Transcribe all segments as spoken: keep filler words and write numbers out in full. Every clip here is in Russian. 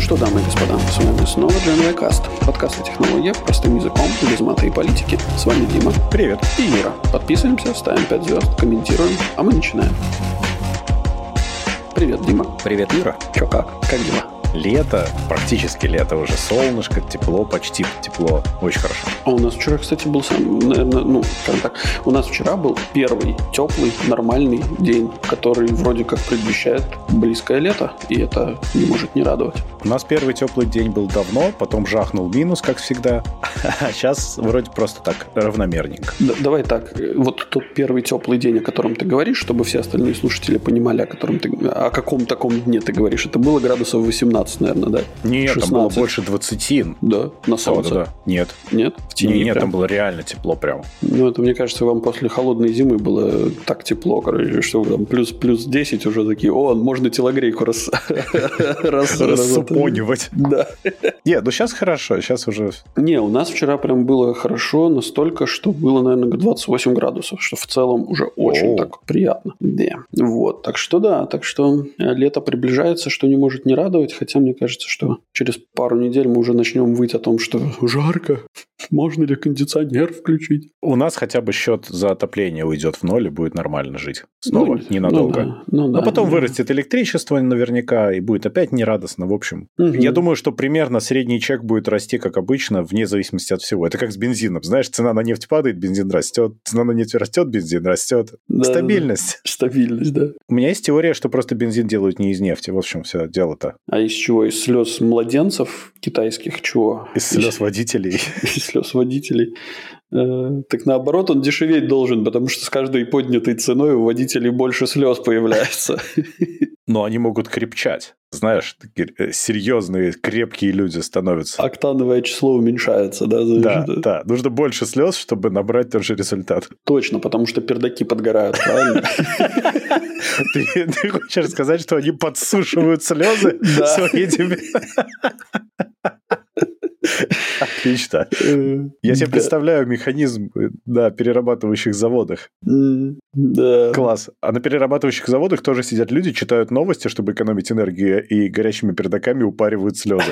что, дамы и господа, с вами снова GenYcast, подкаст о технологиях простым языком, без мата и политики. С вами Дима. Привет. И Юра. Подписываемся, ставим пять звезд, комментируем, а мы начинаем. Привет, Дима. Привет, Юра. Чё, как? Как дела? Лето, практически лето уже, солнышко, тепло, почти тепло, очень хорошо. А у нас вчера, кстати, был сам, наверное, ну, скажем так, у нас вчера был первый теплый, нормальный день, который вроде как предвещает близкое лето, и это не может не радовать. У нас первый теплый день был давно, потом жахнул минус, как всегда, а сейчас вроде просто так, равномерненько. Да, давай так, вот тот первый теплый день, о котором ты говоришь, чтобы все остальные слушатели понимали, о, котором ты, о каком таком дне ты говоришь, это было градусов восемнадцать, наверное, да? Нет, шестнадцать. Там было больше двадцати. Да, на солнце. Да, да, да. Нет. Нет? В тени Нет, прям? Там было реально тепло прям. Ну, это, мне кажется, вам после холодной зимы было так тепло, короче, что там плюс, плюс десять уже такие, о, можно телогрейку раз... рассупонивать. Да. Нет, ну сейчас хорошо, сейчас уже... Не, у нас вчера прям было хорошо настолько, что было, наверное, двадцать восемь градусов, что в целом уже очень О. так приятно. Да. Вот, так что да, так что лето приближается, что не может не радовать, хотя мне кажется, что через пару недель мы уже начнем выть о том, что жарко, можно ли кондиционер включить. У нас хотя бы счет за отопление уйдет в ноль и будет нормально жить. Снова, ну, ненадолго. Ну, да, ну, да, а потом да. вырастет электричество наверняка, и будет опять нерадостно. В общем, угу. Я думаю, что примерно средний чек будет расти, как обычно, вне зависимости от всего. Это как с бензином. Знаешь, цена на нефть падает, бензин растет. Цена на нефть растет, бензин растет. Да, Стабильность. Да. Стабильность, да. У меня есть теория, что просто бензин делают не из нефти. В общем, все дело-то. А из чего? Из слез младенцев китайских? Чего? Из слез водителей. Из слез водителей. Так наоборот, он дешеветь должен, потому что с каждой поднятой ценой у водителей больше слез появляется. Но они могут крепчать. Знаешь, такие серьезные, крепкие люди становятся. Октановое число уменьшается, да? Да, да. Нужно больше слез, чтобы набрать тот же результат. Точно, потому что пердаки подгорают, правильно? Ты хочешь сказать, что они подсушивают слезы своими... Отлично. Я себе да. представляю механизм на перерабатывающих заводах. Да. Класс. А на перерабатывающих заводах тоже сидят люди, читают новости, чтобы экономить энергию, и горячими пердаками упаривают слезы.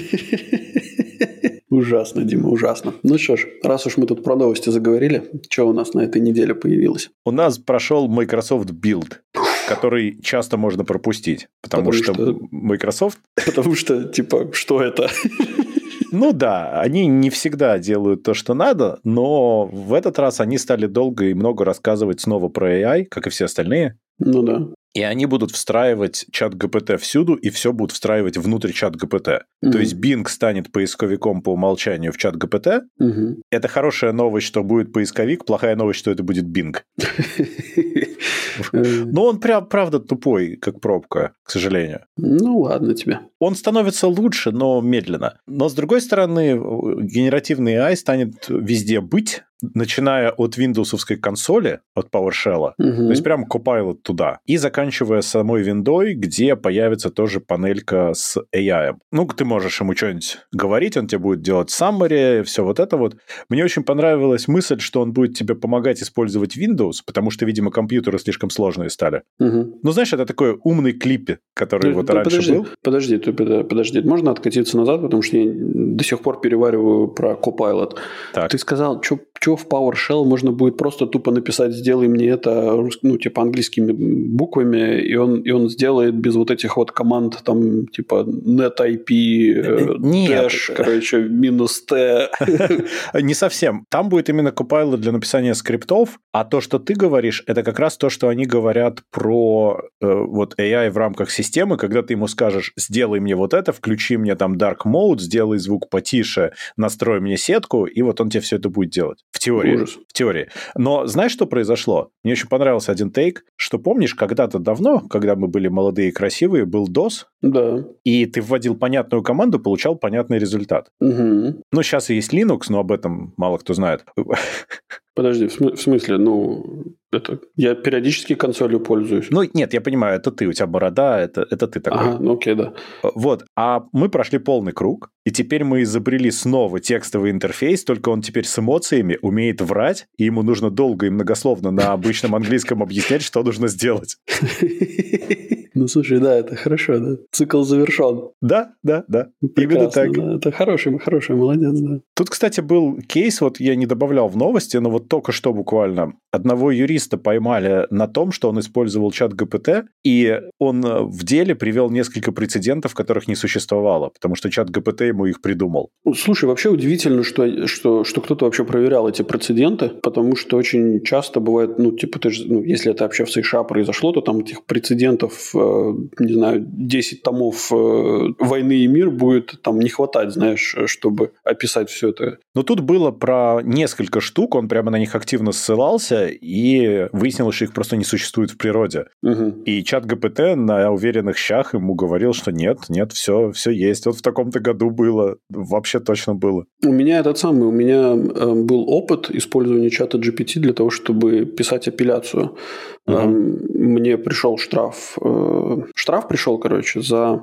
Ужасно, Дима, ужасно. Ну что ж, раз уж мы тут про новости заговорили, что у нас на этой неделе появилось? У нас прошел Microsoft Build, который часто можно пропустить, потому, потому что, что Microsoft... Потому что, типа, что это? Ну да, они не всегда делают то, что надо, но в этот раз они стали долго и много рассказывать снова про эй ай, как и все остальные. Ну да. И они будут встраивать чат джи пи ти всюду, и все будут встраивать внутрь чат джи пи ти. Mm-hmm. То есть Bing станет поисковиком по умолчанию в чат джи пи ти. Mm-hmm. Это хорошая новость, что будет поисковик, плохая новость, что это будет Bing. Но он прям, правда, тупой, как пробка, к сожалению. Ну, ладно тебе. Он становится лучше, но медленно. Но, с другой стороны, генеративный эй ай станет везде быть, начиная от Windows-овской консоли, от PowerShell, uh-huh. то есть прям Copilot туда, и заканчивая самой виндой, где появится тоже панелька с эй ай. Ну, ты можешь ему что-нибудь говорить, он тебе будет делать summary, все вот это вот. Мне очень понравилась мысль, что он будет тебе помогать использовать Windows, потому что, видимо, компьютеры слишком сложные стали. Uh-huh. Ну, знаешь, это такой умный клип, который ты, вот ты, раньше подожди, был. Подожди, ты, подожди, можно откатиться назад, потому что я до сих пор перевариваю про Copilot. Так. Ты сказал, что что в PowerShell можно будет просто тупо написать «сделай мне это», ну, типа, английскими буквами, и он, и он сделает без вот этих вот команд, там, типа, netip, dash, короче, минус t. Не совсем. Там будет именно Copilot для написания скриптов, а то, что ты говоришь, это как раз то, что они говорят про э, вот эй ай в рамках системы, когда ты ему скажешь «сделай мне вот это, включи мне там dark mode, сделай звук потише, настрой мне сетку», и вот он тебе все это будет делать. В теории. Ужас. В теории. Но знаешь, что произошло? Мне очень понравился один тейк, что помнишь, когда-то давно, когда мы были молодые и красивые, был дос, да. И ты вводил понятную команду, получал понятный результат. Угу. Ну, сейчас и есть Linux, но об этом мало кто знает. Подожди, в, см- в смысле, ну, Это, я периодически консолью пользуюсь. Ну, нет, я понимаю, это ты, у тебя борода, это, это ты такой. Ага, ну окей, да. Вот, а мы прошли полный круг, и теперь мы изобрели снова текстовый интерфейс, только он теперь с эмоциями умеет врать, и ему нужно долго и многословно на обычном английском объяснять, что нужно сделать. Ну, слушай, да, это хорошо, да. Цикл завершен. Да, да, да. Именно так. Да. Это хороший, хороший, молодец, да. Тут, кстати, был кейс, вот я не добавлял в новости, но вот только что буквально одного юриста поймали на том, что он использовал чат джи пи ти, и он в деле привел несколько прецедентов, которых не существовало, потому что чат джи пи ти ему их придумал. Слушай, вообще удивительно, что, что, что кто-то вообще проверял эти прецеденты, потому что очень часто бывает, ну, типа, ты же, ну, если это вообще в США произошло, то там этих прецедентов, э, не знаю, десять томов э, «Войны и мир» будет там не хватать, знаешь, чтобы описать все это. Но тут было про несколько штук, он прямо на них активно ссылался, и выяснилось, что их просто не существует в природе. Угу. И чат джи пи ти на уверенных щах ему говорил, что нет, нет, все, все есть. Вот в таком-то году было, вообще точно было. У меня этот самый, у меня э, был опыт использования чата джи пи ти для того, чтобы писать апелляцию. Uh-huh. Э, мне пришел штраф. Э, штраф пришел, короче, за...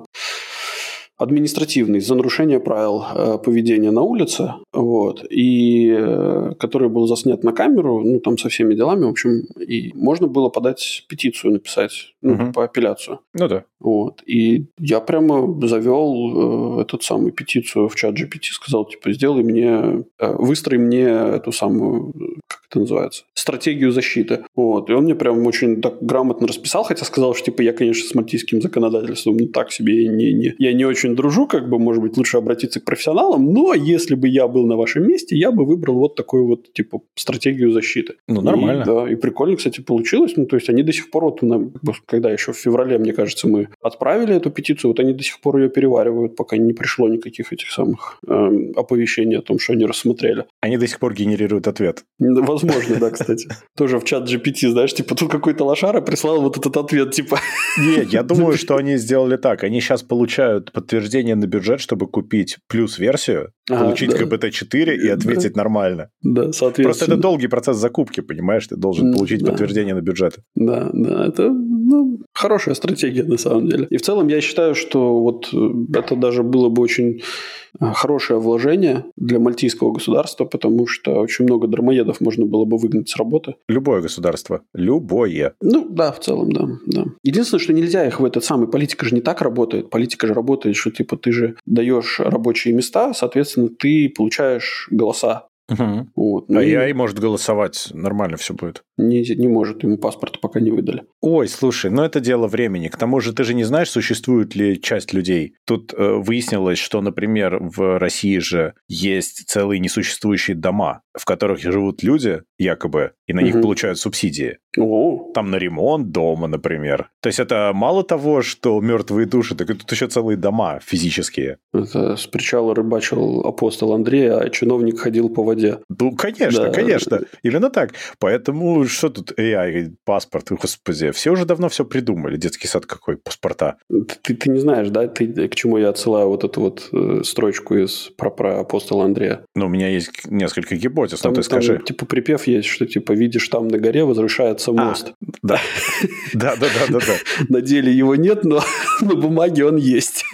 административный, за нарушение правил э, поведения на улице, вот, и э, который был заснят на камеру, ну, там со всеми делами, в общем, и можно было подать петицию, написать, ну, uh-huh. по апелляцию. Ну да. Вот, и я прямо завел э, эту самую петицию в чат джи пи ти, сказал, типа, сделай мне, э, выстрой мне эту самую, как это называется, стратегию защиты. Вот, и он мне прям очень так грамотно расписал, хотя сказал, что, типа, я, конечно, с мальтийским законодательством, ну, так себе, я не, не, я не очень дружу, как бы, может быть, лучше обратиться к профессионалам, но если бы я был на вашем месте, я бы выбрал вот такую вот, типа, стратегию защиты. Ну, нормально. И, да, и прикольно, кстати, получилось. Ну, то есть, они до сих пор, вот, когда еще в феврале, мне кажется, мы отправили эту петицию, вот они до сих пор ее переваривают, пока не пришло никаких этих самых эм, оповещений о том, что они рассмотрели. Они до сих пор генерируют ответ. Возможно, да, кстати. Тоже в чат джи пи ти, знаешь, типа, тут какой-то лошара прислал вот этот ответ, типа... Нет, я думаю, что они сделали так. Они сейчас получают подтверждение на бюджет, чтобы купить плюс-версию, ага, получить да. ка пэ тэ четыре и ответить да. нормально. Да, соответственно. Просто это долгий процесс закупки, понимаешь? Ты должен получить да. подтверждение на бюджет. Да, да, это ну, хорошая стратегия на самом деле. И в целом я считаю, что вот это даже было бы очень хорошее вложение для мальтийского государства, потому что очень много дармоедов можно было бы выгнать с работы. Любое государство. Любое. Ну, да, в целом, да. да. Единственное, что нельзя их в этот самый... Политика же не так работает. Политика же работает, что типа ты же даешь рабочие места, соответственно, ты получаешь голоса. Угу. Вот. Ну, а эй ай может голосовать, нормально все будет. Не, не может, ему паспорта пока не выдали. Ой, слушай, ну это дело времени. К тому же ты же не знаешь, существует ли часть людей. Тут э, выяснилось, что, например, в России же есть целые несуществующие дома, в которых живут люди, якобы, и на угу. них получают субсидии. О. Там на ремонт дома, например. То есть это мало того, что мертвые души, так и тут еще целые дома физические. Это с причала рыбачил апостол Андрей, а чиновник ходил по воде. Ну, конечно, да. конечно. Именно так. Поэтому что тут эй ай, паспорт, господи. Все уже давно все придумали. Детский сад какой, паспорта. Ты, ты не знаешь, да, ты, к чему я отсылаю вот эту вот э, строчку из про, про апостола Андрея? Ну, у меня есть несколько гипотез, там, но ты скажи. Там, типа, припев есть, что, типа, видишь, там на горе возвышается мост. А, да. Да, да, да, да, да. На деле его нет, но на бумаге он есть.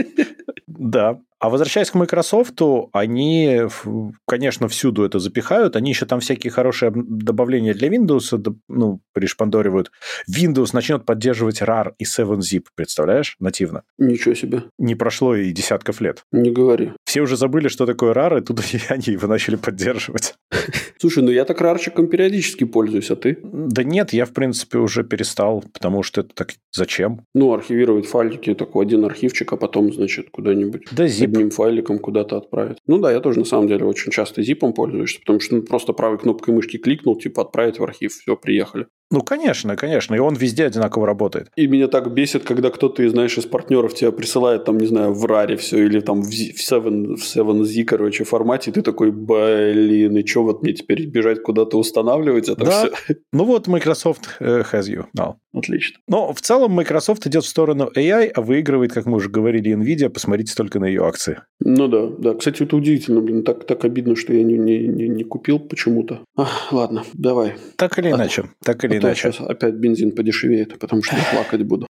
Да. А возвращаясь к Microsoft, они, конечно, всюду это запихают. Они еще там всякие хорошие добавления для Windows, ну, пришпандоривают. Windows начнет поддерживать рар и севен зип, представляешь, нативно. Ничего себе. Не прошло и десятков лет. Не говори. Все уже забыли, что такое рар, и тут они его начали поддерживать. Слушай, ну я так рарчиком периодически пользуюсь, а ты? Да нет, я, в принципе, уже перестал, потому что это так зачем? Ну, архивировать файлики, такой один архивчик, а потом, значит, куда-нибудь... Да, zip. Одним файликом куда-то отправить. Ну да, я тоже на самом деле очень часто зипом пользуюсь, потому что ну, просто правой кнопкой мышки кликнул, типа отправить в архив, все, приехали. Ну, конечно, конечно, и он везде одинаково работает. И меня так бесит, когда кто-то, знаешь, из партнеров тебя присылает, там, не знаю, в раре все, или там в севен зет, короче, формате, и ты такой, блин, и что вот мне теперь бежать куда-то устанавливать это да. все? Ну вот, Microsoft has you now. Отлично. Но в целом Microsoft идет в сторону эй ай, а выигрывает, как мы уже говорили, Nvidia, посмотрите только на ее акции. Ну да, да. Кстати, это удивительно, блин, так, так обидно, что я не, не, не, не купил почему-то. Ах, ладно, давай. Так или иначе, так или или иначе. Сейчас опять бензин подешевеет, потому что я плакать буду.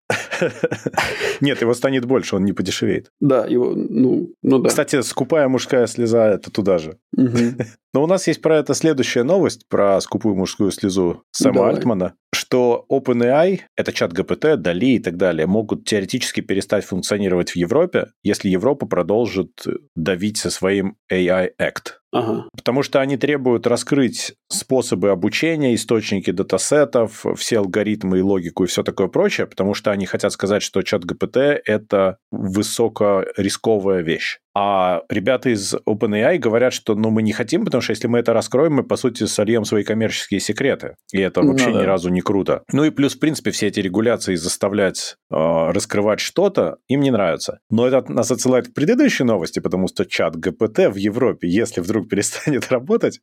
Нет, его станет больше, он не подешевеет. Да, его, ну, ну да. Кстати, скупая мужская слеза, это туда же. Но у нас есть про это следующая новость, про скупую мужскую слезу Сэма Давай. Альтмана, что OpenAI, это чат джи пи ти, Dall-E и так далее, могут теоретически перестать функционировать в Европе, если Европа продолжит давить со своим эй ай Act. Ага. Потому что они требуют раскрыть способы обучения, источники датасетов, все алгоритмы и логику и все такое прочее, потому что они хотят сказать, что чат джи пи ти – это высокорисковая вещь. А ребята из OpenAI говорят, что ну, мы не хотим, потому что если мы это раскроем, мы, по сути, сольем свои коммерческие секреты. И это вообще ну, ни да. разу не круто. Ну и плюс, в принципе, все эти регуляции заставлять э, раскрывать что-то им не нравится. Но это нас отсылает к предыдущей новости, потому что чат джи пи ти в Европе, если вдруг перестанет работать,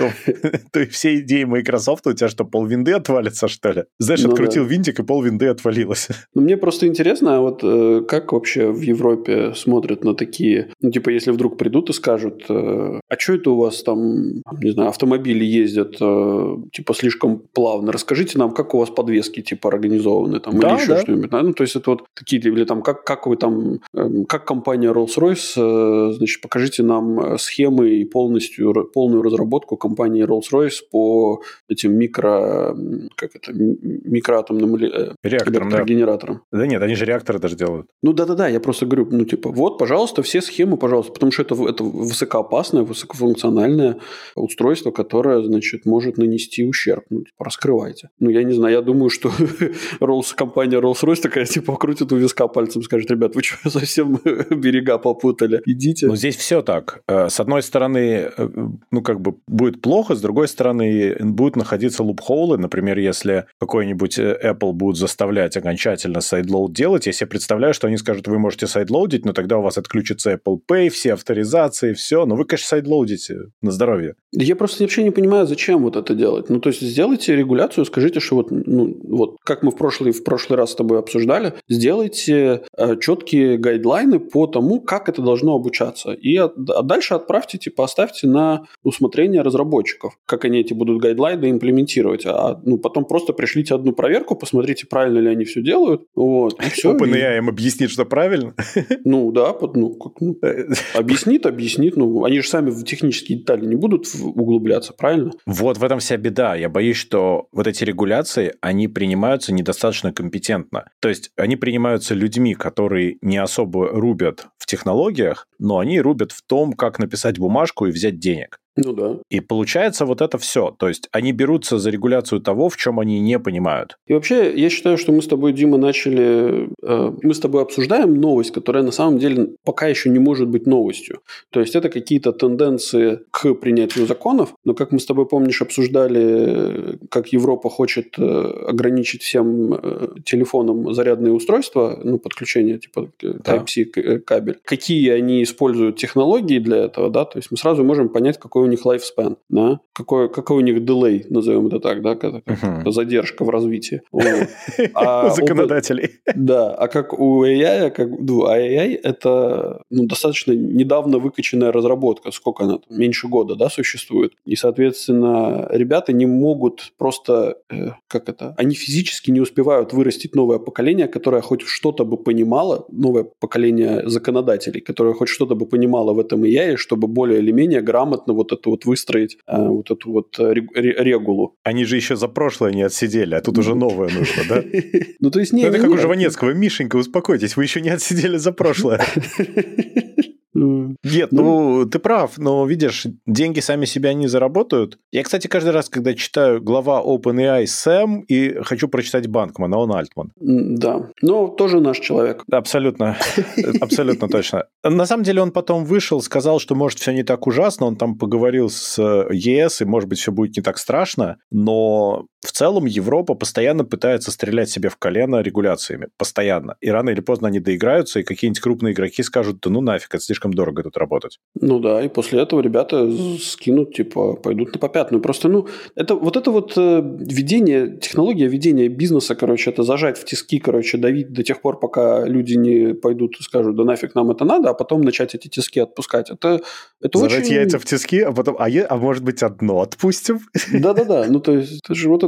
то и все идеи Microsoft у тебя что, полвинды отвалится, что ли? Знаешь, открутил винтик, и полвинды отвалилось. Ну, мне просто интересно, вот как вообще в Европе смотрят на такие... Ну, типа, если вдруг придут и скажут, а что это у вас там, не знаю, автомобили ездят, типа, слишком плавно, расскажите нам, как у вас подвески, типа, организованы, там, да, или еще да. что-нибудь. Ну, то есть, это вот такие, или там, как, как вы там, как компания Rolls-Royce, значит, покажите нам схемы и полностью, полную разработку компании Rolls-Royce по этим микро, как это, микроатомным реакторам, электрогенераторам. Да. да нет, они же реакторы даже делают. Ну, да-да-да, я просто говорю, ну, типа, вот, пожалуйста, все схемы, пожалуйста, потому что это, это высокоопасное, высокофункциональное устройство, которое, значит, может нанести ущерб. Ну, типа, раскрывайте. Ну, я не знаю, я думаю, что Rolls, компания Rolls-Royce такая, типа, крутит у виска пальцем, скажет, ребят, вы что, совсем берега попутали? Идите. Ну, здесь все так. С одной стороны, ну, как бы, будет плохо, с другой стороны, будут находиться лупхолы, например, если какой-нибудь Apple будет заставлять окончательно сайдлоуд делать, я себе представляю, что они скажут, вы можете сайдлоудить, но тогда у вас отключится Apple Pay, все авторизации, все. Но вы, конечно, сайдлоудите на здоровье. Я просто вообще не понимаю, зачем вот это делать. Ну, то есть, сделайте регуляцию, скажите, что вот, ну, вот как мы в прошлый, в прошлый раз с тобой обсуждали, сделайте э, четкие гайдлайны по тому, как это должно обучаться. И от, а дальше отправьте, типа, оставьте на усмотрение разработчиков, как они эти будут гайдлайны имплементировать. А ну, потом просто пришлите одну проверку, посмотрите, правильно ли они все делают. Вот, и все. OpenAI им объяснит, что правильно? Ну, да, ну, как, ну, объяснит, объяснит. Ну, они же сами в технические детали не будут углубляться, правильно? Вот в этом вся беда. Я боюсь, что вот эти регуляции, они принимаются недостаточно компетентно. То есть, они принимаются людьми, которые не особо рубят в технологиях, но они рубят в том, как написать бумажку и взять денег. Ну да. И получается вот это все. То есть, они берутся за регуляцию того, в чем они не понимают. И вообще, я считаю, что мы с тобой, Дима, начали... Э, мы с тобой обсуждаем новость, которая на самом деле пока еще не может быть новостью. То есть, это какие-то тенденции к принятию законов, но, как мы с тобой, помнишь, обсуждали, как Европа хочет э, ограничить всем э, телефонам зарядные устройства, ну, подключение типа Type-C да. кабель. Какие они используют технологии для этого, да? То есть, мы сразу можем понять, какой у них lifespan, да? Какой, какой у них delay, назовем это так, да? Как, uh-huh. задержка в развитии. А у законодателей. Да, а как у эй ай, как, ну, эй ай это ну, достаточно недавно выкачанная разработка, сколько она там, меньше года, да, существует. И, соответственно, ребята не могут просто, э, как это, они физически не успевают вырастить новое поколение, которое хоть что-то бы понимало, новое поколение законодателей, которое хоть что-то бы понимало в этом эй ай, чтобы более или менее грамотно вот это вот выстроить, э, вот эту вот регулу. Они же еще за прошлое не отсидели, а тут уже новое нужно, да? Ну, то есть, не, это как у Жванецкого. Мишенька, успокойтесь, вы еще не отсидели за прошлое. Нет, ну, ты прав, но, видишь, деньги сами себя не заработают. Я, кстати, каждый раз, когда читаю глава OpenAI Сэм, и хочу прочитать Банкмана, он Альтман. Да, но тоже наш человек. Абсолютно, абсолютно точно. На самом деле он потом вышел, сказал, что, может, все не так ужасно, он там поговорил с ЕС, и, может быть, все будет не так страшно, но в целом Европа постоянно пытается стрелять себе в колено регуляциями, постоянно. И рано или поздно они доиграются, и какие-нибудь крупные игроки скажут, да ну нафиг, это слишком дорого тут работать. Ну да, и после этого ребята скинут, типа, пойдут на попятную. Просто, ну, это вот это вот э, ведение, технология ведения бизнеса, короче, это зажать в тиски, короче, давить до тех пор, пока люди не пойдут и скажут, да нафиг нам это надо, а потом начать эти тиски отпускать. Это, это зажать очень... яйца в тиски, а потом, а, е... а может быть, одно отпустим? Да-да-да, ну то есть это же вот это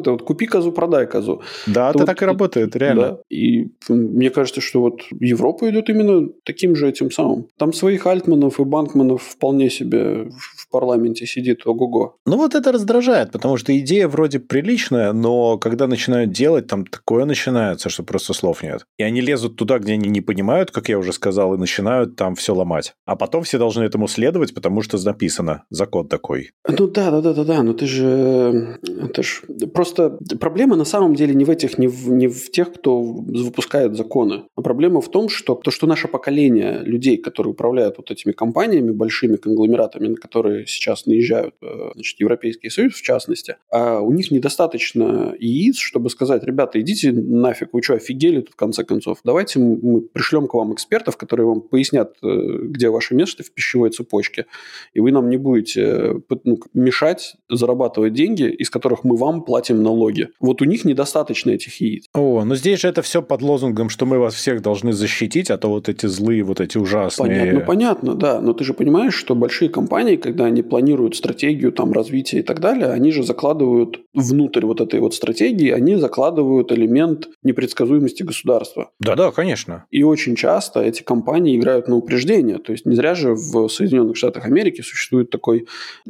это вот купи козу, продай козу. Да, это, это вот, так и работает, реально. Да. И мне кажется, что вот Европа идет именно таким же этим самым. Там своих Альтманов и Банкманов вполне себе в парламенте сидит, ого-го. Ну вот это раздражает, потому что идея вроде приличная, но когда начинают делать, там такое начинается, что просто слов нет. И они лезут туда, где они не понимают, как я уже сказал, и начинают там все ломать. А потом все должны этому следовать, потому что написано, закон такой. Ну да, да, да, да, да, но ты же... Это ж... Просто проблема на самом деле не в этих, не в, не в тех, кто выпускает законы. А проблема в том, что то, что наше поколение людей, которые управляют вот этими компаниями, большими конгломератами, на которые сейчас наезжают, значит, Европейский Союз в частности, а у них недостаточно яиц, чтобы сказать, ребята, идите нафиг, вы что, офигели тут в конце концов? Давайте мы пришлем к вам экспертов, которые вам пояснят, где ваше место в пищевой цепочке, и вы нам не будете ну, мешать зарабатывать деньги, из которых мы вам платим налоги. Вот у них недостаточно этих яиц. О, но здесь же это все под лозунгом, что мы вас всех должны защитить, а то вот эти злые, вот эти ужасные... Понятно, понятно, да. Но ты же понимаешь, что большие компании, когда они планируют стратегию там, развития и так далее, они же закладывают внутрь вот этой вот стратегии, они закладывают элемент непредсказуемости государства. Да-да, конечно. И очень часто эти компании играют на упреждение. То есть не зря же в Соединенных Штатах Америки существует такой,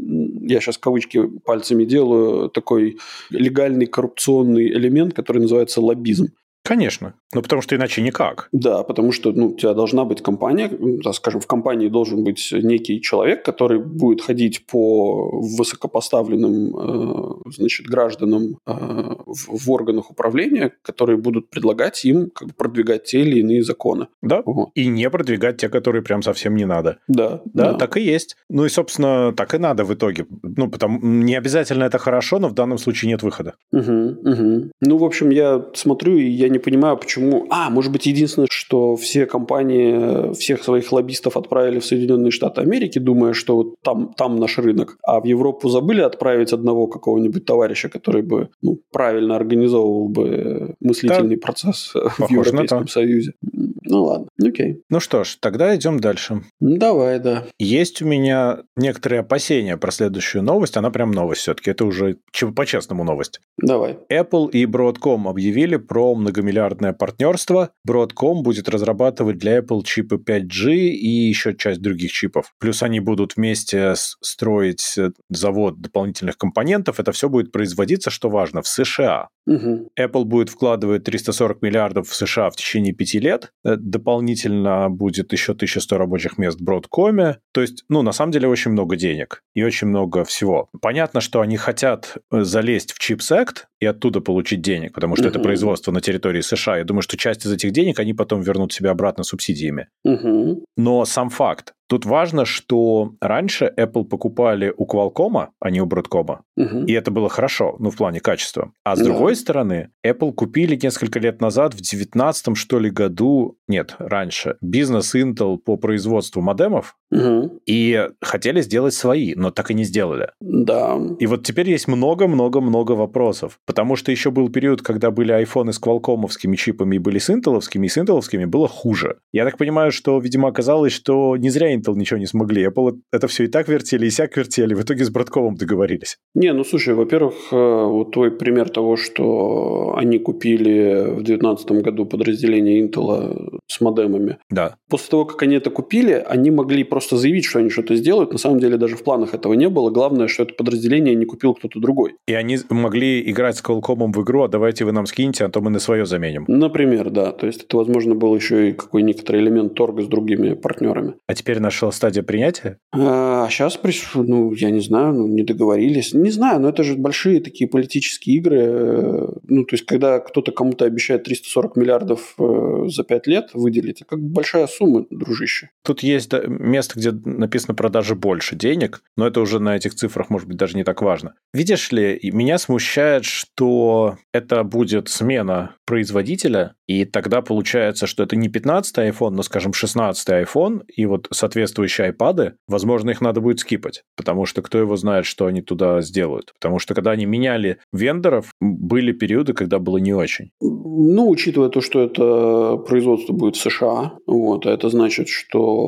я сейчас кавычки пальцами делаю, такой легальный коррупционный элемент, который называется лоббизм. Конечно. Ну, потому что иначе никак. Да, потому что ну, у тебя должна быть компания, да, скажем, в компании должен быть некий человек, который будет ходить по высокопоставленным э, значит, гражданам э, в, в органах управления, которые будут предлагать им как бы, продвигать те или иные законы. Да, вот. И не продвигать те, которые прям совсем не надо. Да, да. Да, так и есть. Ну и, собственно, так и надо в итоге. Ну, потому не обязательно это хорошо, но в данном случае нет выхода. Угу, угу. Ну, в общем, я смотрю, и я не понимаю, почему... А, может быть, единственное, что все компании всех своих лоббистов отправили в Соединенные Штаты Америки, думая, что вот там, там наш рынок, а в Европу забыли отправить одного какого-нибудь товарища, который бы ну, правильно организовывал бы мыслительный да. процесс в Европейском Союзе. Ну, ладно, окей. Ну что ж, тогда идем дальше. Давай, да. Есть у меня некоторые опасения про следующую новость. Она прям новость все-таки. Это уже по-честному новость. Давай. Apple и Broadcom объявили про многомиллиардное партнерство. Broadcom будет разрабатывать для Apple чипы пять джи и еще часть других чипов. Плюс они будут вместе строить завод дополнительных компонентов. Это все будет производиться, что важно, в США. Угу. Apple будет вкладывать триста сорок миллиардов в США в течение пяти лет. Дополнительно будет еще тысяча сто рабочих мест в Broadcom. То есть, ну, на самом деле, очень много денег и очень много всего. Понятно, что они хотят залезть в Chips Act и оттуда получить денег, потому что uh-huh. это производство на территории США. Я думаю, что часть из этих денег они потом вернут себе обратно субсидиями. Uh-huh. Но сам факт. Тут важно, что раньше Apple покупали у Qualcomm, а не у Broadcom, uh-huh. и это было хорошо, ну, в плане качества. А с yeah. другой стороны, Apple купили несколько лет назад, в девятнадцатом, что ли, году, нет, раньше, бизнес Intel по производству модемов, uh-huh. и хотели сделать свои, но так и не сделали. Да. И вот теперь есть много-много-много вопросов, потому что еще был период, когда были айфоны с квалкомовскими чипами и были с интеловскими, и с интеловскими было хуже. Я так понимаю, что, видимо, оказалось, что не зря Intel ничего не смогли. Apple это все и так вертели, и сяк вертели. В итоге с Broadcom договорились. Не, ну слушай, во-первых, вот твой пример того, что они купили в две тысячи девятнадцатом году подразделение Intel с модемами. Да. После того, как они это купили, они могли просто заявить, что они что-то сделают. На самом деле даже в планах этого не было. Главное, что это подразделение не купил кто-то другой. И они могли играть с Qualcomm в игру, а давайте вы нам скиньте, а то мы на свое заменим. Например, да. То есть это, возможно, был еще и какой некоторый элемент торга с другими партнерами. А теперь нашла стадия принятия? А сейчас, ну, я не знаю, ну, не договорились. Не знаю, но это же большие такие политические игры. Ну, то есть, когда кто-то кому-то обещает триста сорок миллиардов за пять лет выделить, это как большая сумма, дружище. Тут есть место, где написано про даже больше денег, но это уже на этих цифрах, может быть, даже не так важно. Видишь ли, меня смущает, что это будет смена производителя, и тогда получается, что это не пятнадцатый iPhone, но, скажем, шестнадцатый iPhone, и вот соответствующие iPad'ы, возможно, их надо будет скипать, потому что кто его знает, что они туда сделают. Потому что когда они меняли вендоров, были периоды, когда было не очень. Ну, учитывая то, что это производство будет в США, вот, а это значит, что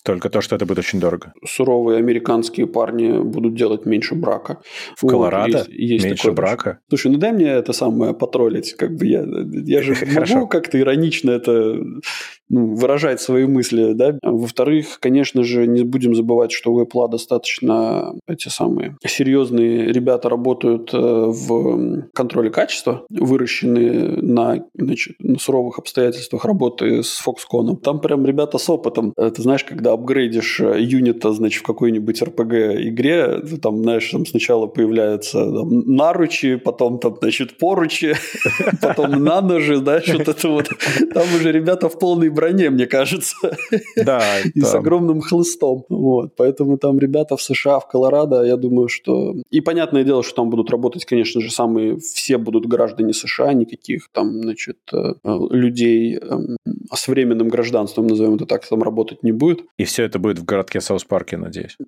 Только то, что это будет очень дорого. Суровые американские парни будут делать меньше брака. В вот, Колорадо есть, есть меньше брака? Слушай, ну дай мне это самое потроллить. Как бы я, я же могу как-то иронично это ну, выражать свои мысли. Да? Во-вторых, конечно же, не будем забывать, что у Apple достаточно эти самые серьезные ребята работают в контроле качества, выращенные на, значит, на суровых обстоятельствах работы с Foxconn. Там прям ребята с опытом. Ты знаешь, когда апгрейдишь юнита, значит, в какой-нибудь эр пи джи-игре, там, знаешь, там сначала появляются там, наручи, потом там, значит, поручи, потом наножи, да, что-то это вот. Там уже ребята в полной броне, мне кажется. Да. И с огромным хлыстом. Вот. Поэтому там ребята в США, в Колорадо, я думаю, что... И понятное дело, что там будут работать, конечно же, самые... Все будут граждане США, никаких там, значит, людей с временным гражданством, назовем это так, там работать не будет. И все это будет в городке Саус-Парке, надеюсь.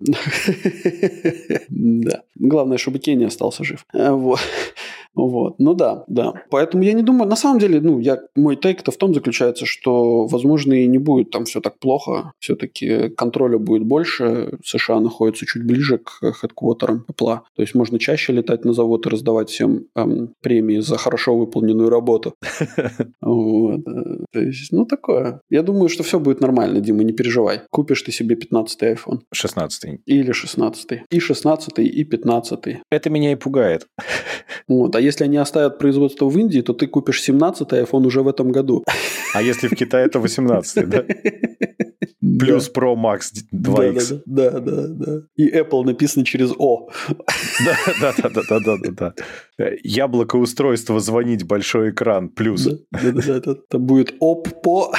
Да. Главное, чтобы Кенни остался жив. Вот. Вот. Ну да, да. Поэтому я не думаю, на самом деле, ну, я, мой тейк-то в том заключается, что, возможно, и не будет там все так плохо. Все-таки контроля будет больше. США находится чуть ближе к хедквотерам Apple. То есть можно чаще летать на завод и раздавать всем эм, премии за хорошо выполненную работу. Вот. То есть, ну, такое. Я думаю, что все будет нормально, Дима, не переживай. Купишь ты себе пятнадцатый iPhone. шестнадцатый. Или шестнадцатый. И шестнадцатый, и пятнадцатый. Это меня и пугает. Вот. А если они оставят производство в Индии, то ты купишь семнадцатый iPhone уже в этом году. А если в Китае, то восемнадцатый, да? Плюс Pro Max два икс. Да, да, да, да. И Apple написано через О. Да, да, да, да, да, да, да. Яблоко устройства звонить большой экран плюс. Да, да, да, это, это будет Oppo.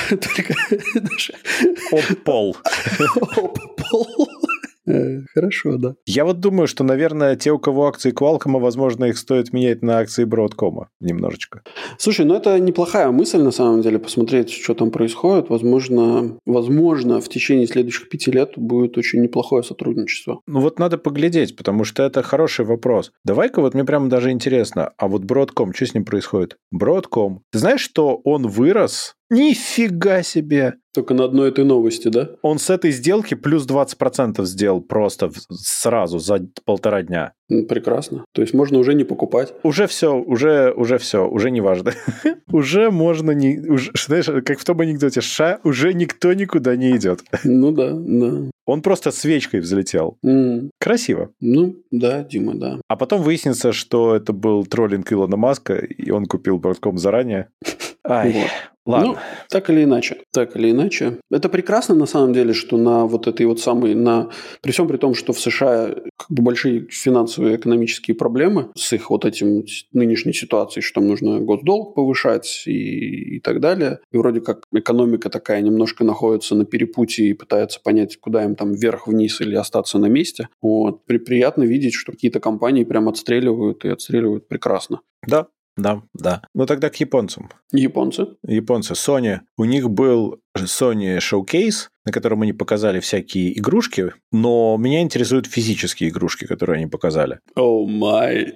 Oppo. Oppo. Хорошо, да. Я вот думаю, что, наверное, те, у кого акции Qualcomm, возможно, их стоит менять на акции Broadcom немножечко. Слушай, ну это неплохая мысль, на самом деле, посмотреть, что там происходит. Возможно, возможно, в течение следующих пяти лет будет очень неплохое сотрудничество. Ну вот надо поглядеть, потому что это хороший вопрос. Давай-ка вот мне прямо даже интересно, а вот Broadcom, что с ним происходит? Broadcom, ты знаешь, что он вырос? Нифига себе! Только на одной этой новости, да? Он с этой сделки плюс двадцать процентов сделал просто сразу за полтора дня. Прекрасно. То есть можно уже не покупать. Уже все, уже, уже все, уже не важно. Уже можно не... Знаешь, как в том анекдоте, ша, уже никто никуда не идет. Ну да, да. Он просто свечкой взлетел. Mm. Красиво. Ну, да, Дима, да. А потом выяснится, что это был троллинг Илона Маска, и он купил Broadcom заранее. Ай, вот. Ладно. Ну, так или иначе, так или иначе. Это прекрасно, на самом деле, что на вот этой вот самой, на, при всем при том, что в США как бы большие финансовые экономические проблемы с их вот этим нынешней ситуацией, что там нужно госдолг повышать и, и так далее. И вроде как экономика такая немножко находится на перепутье и пытается понять, куда им там вверх-вниз или остаться на месте. Вот. При, приятно видеть, что какие-то компании прям отстреливают и отстреливают прекрасно. Да. Да, да. Ну тогда к японцам. Японцы? Японцы. Sony. У них был Sony Showcase, на котором они показали всякие игрушки, но меня интересуют физические игрушки, которые они показали. О май.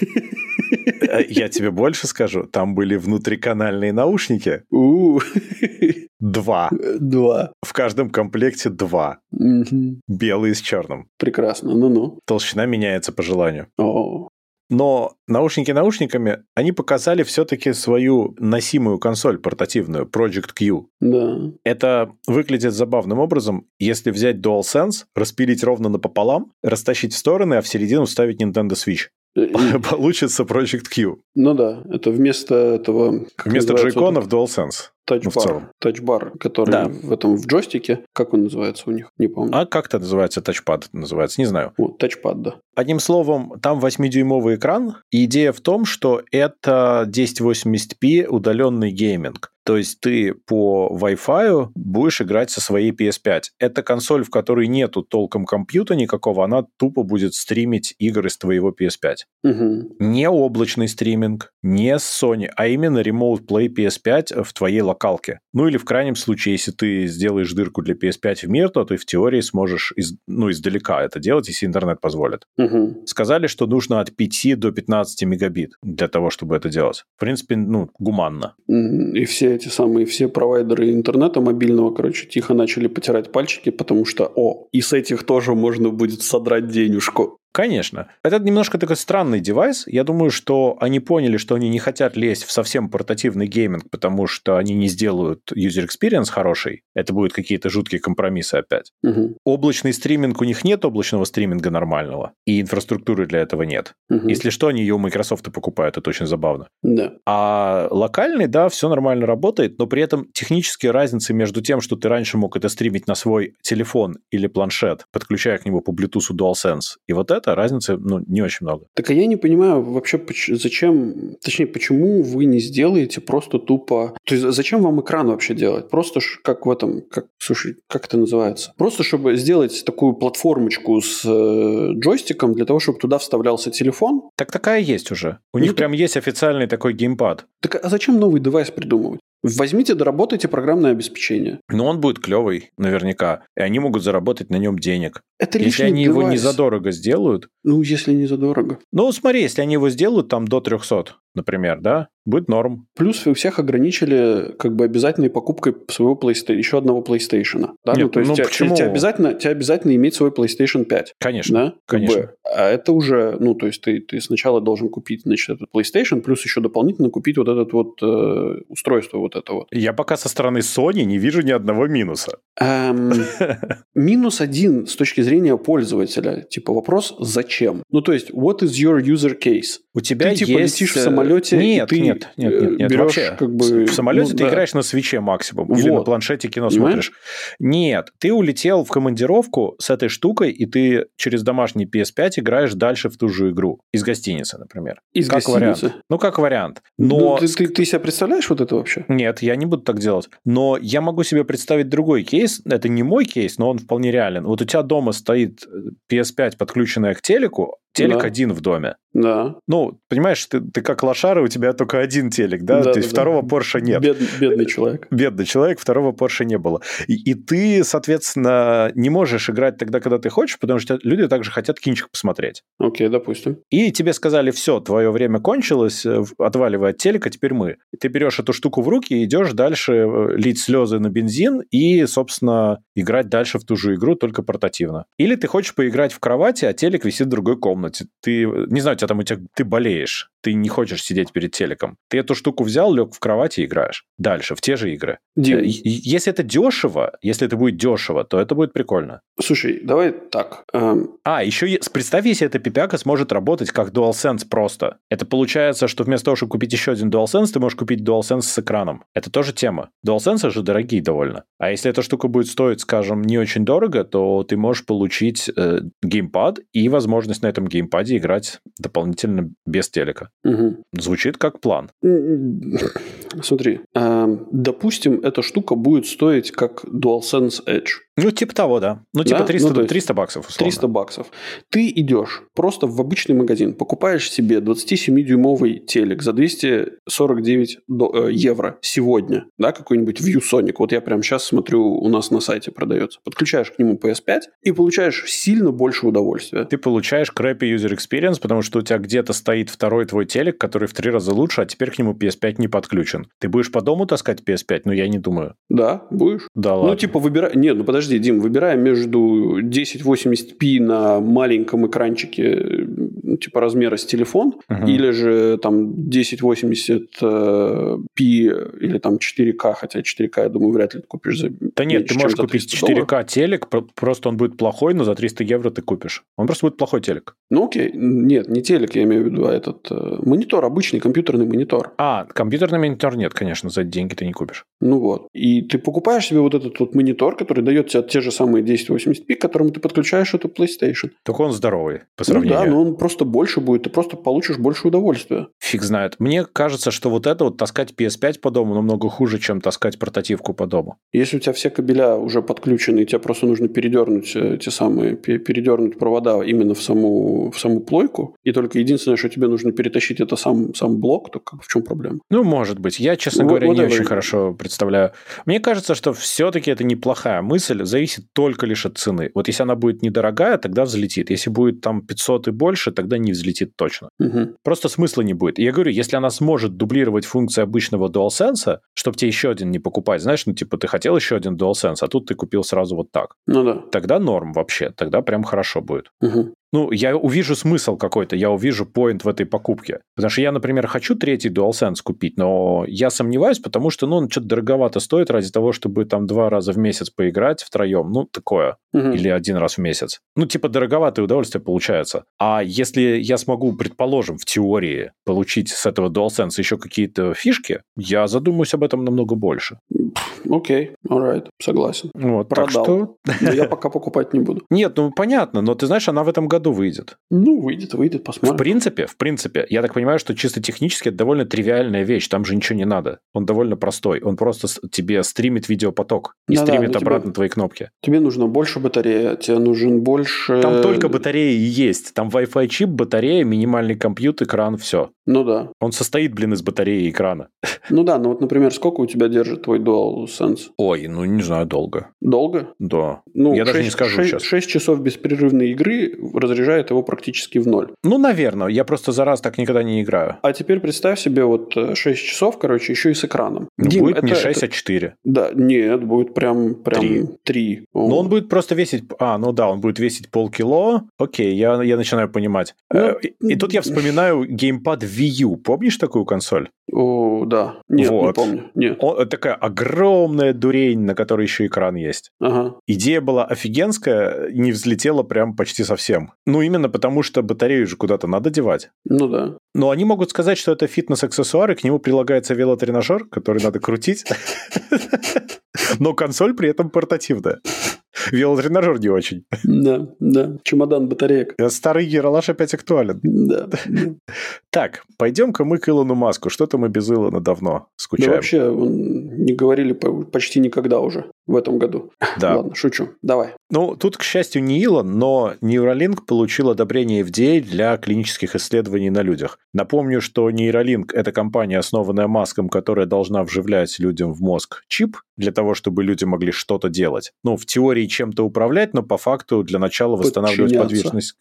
Я тебе больше скажу. Там были внутриканальные наушники. Два. Два. В каждом комплекте два. Угу. Белые с черным. Прекрасно. Ну-ну. Толщина меняется по желанию. О. Но наушники наушниками, они показали все-таки свою носимую консоль портативную, Project Q. Да. Это выглядит забавным образом. Если взять DualSense, распилить ровно напополам, растащить в стороны, а в середину вставить Nintendo Switch. И... Получится Project Q. Ну да, это вместо этого... Вместо джойконов DualSense. Тачбар, тачбар, который да. в этом в джойстике, как он называется у них, не помню. А как это называется? Тачпад называется, не знаю. Вот, тачпад, да. Одним словом, там восьмидюймовый экран, и идея в том, что это тысяча восемьдесят пи удаленный гейминг. То есть ты по Wi-Fi будешь играть со своей пи эс пять. Это консоль, в которой нету толком компьютера никакого, она тупо будет стримить игры с твоего пи эс пять. Угу. Не облачный стриминг, не с Sony, а именно Remote Play пи эс пять в твоей локалке. Ну или в крайнем случае, если ты сделаешь дырку для пи эс пять в мир, то ты в теории сможешь из, ну, издалека это делать, если интернет позволит. Угу. Сказали, что нужно от пяти до пятнадцати мегабит для того, чтобы это делать. В принципе, ну, гуманно. И все эти самые, все провайдеры интернета мобильного, короче, тихо начали потирать пальчики, потому что, о, и с этих тоже можно будет содрать денежку. Конечно. Это немножко такой странный девайс. Я думаю, что они поняли, что они не хотят лезть в совсем портативный гейминг, потому что они не сделают user experience хороший. Это будут какие-то жуткие компромиссы опять. Угу. Облачный стриминг, у них нет облачного стриминга нормального, и инфраструктуры для этого нет. Угу. Если что, они ее у Microsoft покупают, это очень забавно. Да. А локальный, да, все нормально работает, но при этом технические разницы между тем, что ты раньше мог это стримить на свой телефон или планшет, подключая к нему по Bluetooth DualSense, и вот это разницы, ну, не очень много. Так а я не понимаю вообще, зачем, точнее, почему вы не сделаете просто тупо... То есть зачем вам экран вообще делать? Просто как в этом, как, слушай, как это называется? Просто чтобы сделать такую платформочку с э, джойстиком для того, чтобы туда вставлялся телефон? Так такая есть уже. У ну, них так... прям есть официальный такой геймпад. Так а зачем новый девайс придумывать? Возьмите, доработайте программное обеспечение. Но он будет клевый, наверняка. И они могут заработать на нем денег. Это если они девайс. его не задорого сделают... Ну, если не задорого. Ну, смотри, если они его сделают там до трехсот, например, да, будет норм. Плюс вы всех ограничили как бы обязательной покупкой своего PlayStation, еще одного PlayStation. Да? Нет, ну, то есть ну, тебе, почему? тебе, обязательно, тебе обязательно иметь свой PlayStation пять. Конечно, да? конечно. Как бы, а это уже, ну, то есть ты, ты сначала должен купить, значит, этот PlayStation, плюс еще дополнительно купить вот это вот э, устройство вот это вот. Я пока со стороны Sony не вижу ни одного минуса. Эм, минус один с точки зрения пользователя. Типа вопрос, зачем? Ну, то есть, what is your user case? У тебя ты, типа, есть... летишь в самолете, нет, и ты нет, нет, нет, нет, берешь вообще. как бы... В самолете ну, ты да. играешь на свитче максимум. Вот. Или на планшете кино Понимаешь? смотришь. Нет, ты улетел в командировку с этой штукой, и ты через домашний пи эс пять играешь дальше в ту же игру. Из гостиницы, например. Из как гостиницы? Вариант. Ну, как вариант. Но... Ну, ты, ты, ты себе представляешь вот это вообще? Нет, я не буду так делать. Но я могу себе представить другой кейс. Это не мой кейс, но он вполне реален. Вот у тебя дома стоит пи эс пять, подключенная к телеку, телек Да. один в доме. Да. Ну, понимаешь, ты, ты как лошара, у тебя только один телек, да? Да, То есть да, второго да. Porsche нет. Бед, бедный человек. Бедный человек, второго Porsche не было. И, и ты, соответственно, не можешь играть тогда, когда ты хочешь, потому что люди также хотят кинчик посмотреть. Окей, допустим. И тебе сказали, все, твое время кончилось, отваливай от телека, теперь мы. И ты берешь эту штуку в руки и идешь дальше лить слезы на бензин и, собственно, играть дальше в ту же игру, только портативно. Или ты хочешь поиграть в кровати, а телек висит в другой комнате. Ты, не знаю, у тебя там у тебя, ты болеешь, ты не хочешь сидеть перед телеком. Ты эту штуку взял, лег в кровати и играешь. Дальше, в те же игры. Дим. Если это дешево, если это будет дешево, то это будет прикольно. Слушай, давай так. Эм... А, еще представь, если эта пипяка сможет работать как DualSense просто. Это получается, что вместо того, чтобы купить еще один DualSense, ты можешь купить DualSense с экраном. Это тоже тема. DualSense же дорогие довольно. А если эта штука будет стоить, скажем, не очень дорого, то ты можешь получить э, геймпад и возможность на этом геймпаде играть дополнительно без телека. Угу. Звучит как план. Смотри, э, допустим, эта штука будет стоить как DualSense Edge. Ну, типа того, да. Ну, типа да? триста, ну, триста баксов, условно. триста баксов. Ты идешь просто в обычный магазин, покупаешь себе двадцатисемидюймовый телек за двести сорок девять до, э, евро сегодня, да, какой-нибудь ViewSonic. Вот я прямо сейчас смотрю, у нас на сайте продается. Подключаешь к нему пи эс пять и получаешь сильно больше удовольствия. Ты получаешь crappy user experience, потому что у тебя где-то стоит второй твой телек, который в три раза лучше, а теперь к нему пи эс пять не подключен. Ты будешь по дому таскать пи эс пять? Ну, я не думаю. Да, будешь. Да ладно. Ну, типа, выбирай... Нет, ну, подожди, Дим, выбирая между десять восемьдесят пи на маленьком экранчике, ну, типа, размера с телефон, угу. или же там десять восемьдесят пи или там четыре ка, хотя четыре ка, я думаю, вряд ли ты купишь за Да нет, меньше, ты можешь чем за купить триста четыре ка долларов. телек, просто он будет плохой, но за триста евро ты купишь. Он просто будет плохой телек. Ну, окей. Нет, не телек, я имею в виду, а этот э, монитор, обычный компьютерный монитор. А, компьютерный монитор нет, конечно, за деньги ты не купишь. Ну вот. И ты покупаешь себе вот этот вот монитор, который дает тебе те же самые десять восемьдесят пи, к которому ты подключаешь эту PlayStation. Только он здоровый по сравнению. Ну да, но он просто просто больше будет, ты просто получишь больше удовольствия. Фиг знает. Мне кажется, что вот это вот таскать пи эс пять по дому намного хуже, чем таскать портативку по дому. Если у тебя все кабеля уже подключены, и тебе просто нужно передернуть те самые, передернуть провода именно в саму, в саму плойку, и только единственное, что тебе нужно перетащить, это сам, сам блок, то в чем проблема? Ну, может быть. Я, честно Вот, говоря, вот не это... очень хорошо представляю. Мне кажется, что все-таки это неплохая мысль, зависит только лишь от цены. Вот если она будет недорогая, тогда взлетит. Если будет там пятьсот и больше, тогда не взлетит точно. Угу. Просто смысла не будет. Я говорю, если она сможет дублировать функции обычного DualSense, чтобы тебе еще один не покупать, знаешь, ну, типа, ты хотел еще один DualSense, а тут ты купил сразу вот так. Ну да. Тогда норм вообще, тогда прям хорошо будет. Угу. Ну, я увижу смысл какой-то, я увижу поинт в этой покупке. Потому что я, например, хочу третий DualSense купить, но я сомневаюсь, потому что, ну, он что-то дороговато стоит ради того, чтобы там два раза в месяц поиграть втроем. Ну, такое. Угу. Или один раз в месяц. Ну, типа, дороговатое удовольствие получается. А если я смогу, предположим, в теории получить с этого DualSense еще какие-то фишки, я задумаюсь об этом намного больше. Окей, okay, alright, согласен. Вот, продал. Так что... Но я пока покупать не буду. Нет, ну, понятно, но ты знаешь, она в этом году выйдет. Ну, выйдет, выйдет, посмотрим. В принципе, в принципе, я так понимаю, что чисто технически это довольно тривиальная вещь, там же ничего не надо. Он довольно простой, он просто тебе стримит видеопоток и да, стримит да, обратно тебе, твои кнопки. Тебе нужно больше батареи, тебе нужен больше... Там только батарея и есть, там Wi-Fi чип, батарея, минимальный компьютер, экран, все. Ну да. Он состоит, блин, из батареи и экрана. Ну да, ну вот, например, сколько у тебя держит твой DualSense? Ой, ну не знаю, долго. Долго? Да. Ну, я шесть, даже не скажу шесть, сейчас. шесть часов беспрерывной игры разряжает его практически в ноль. Ну, наверное. Я просто за раз так никогда не играю. А теперь представь себе вот шесть часов, короче, еще и с экраном. Ну, Дим, будет это, не шесть, это... а четыре. Да, нет, будет прям, прям три. Но он будет просто весить... А, ну да, он будет весить полкило. Окей, я, я начинаю понимать. Ну, и, и тут я вспоминаю геймпад Wii U. Помнишь такую консоль? О, да. Нет, вот. не помню. Нет. Он, такая огромная дурень, на которой еще экран есть. Ага. Идея была офигенская, не взлетела прям почти совсем. Ну, именно потому, что батарею же куда-то надо девать. Ну да. Но они могут сказать, что это фитнес-аксессуар, и к нему прилагается велотренажер, который надо крутить. Но консоль при этом портативная. Велотренажер не очень. Да, да. Чемодан батареек. Старый Ералаш опять актуален. Да. Так, пойдем-ка мы к Илону Маску. Что-то мы без Илона давно скучаем. Да вообще, не говорили почти никогда уже в этом году. Да. Ладно, шучу. Давай. Ну, тут, к счастью, не Илон, но Neuralink получил одобрение эф ди эй для клинических исследований на людях. Напомню, что Neuralink – это компания, основанная Маском, которая должна вживлять людям в мозг чип для того, чтобы люди могли что-то делать. Ну, в теории чем-то управлять, но по факту для начала восстанавливать подвижность.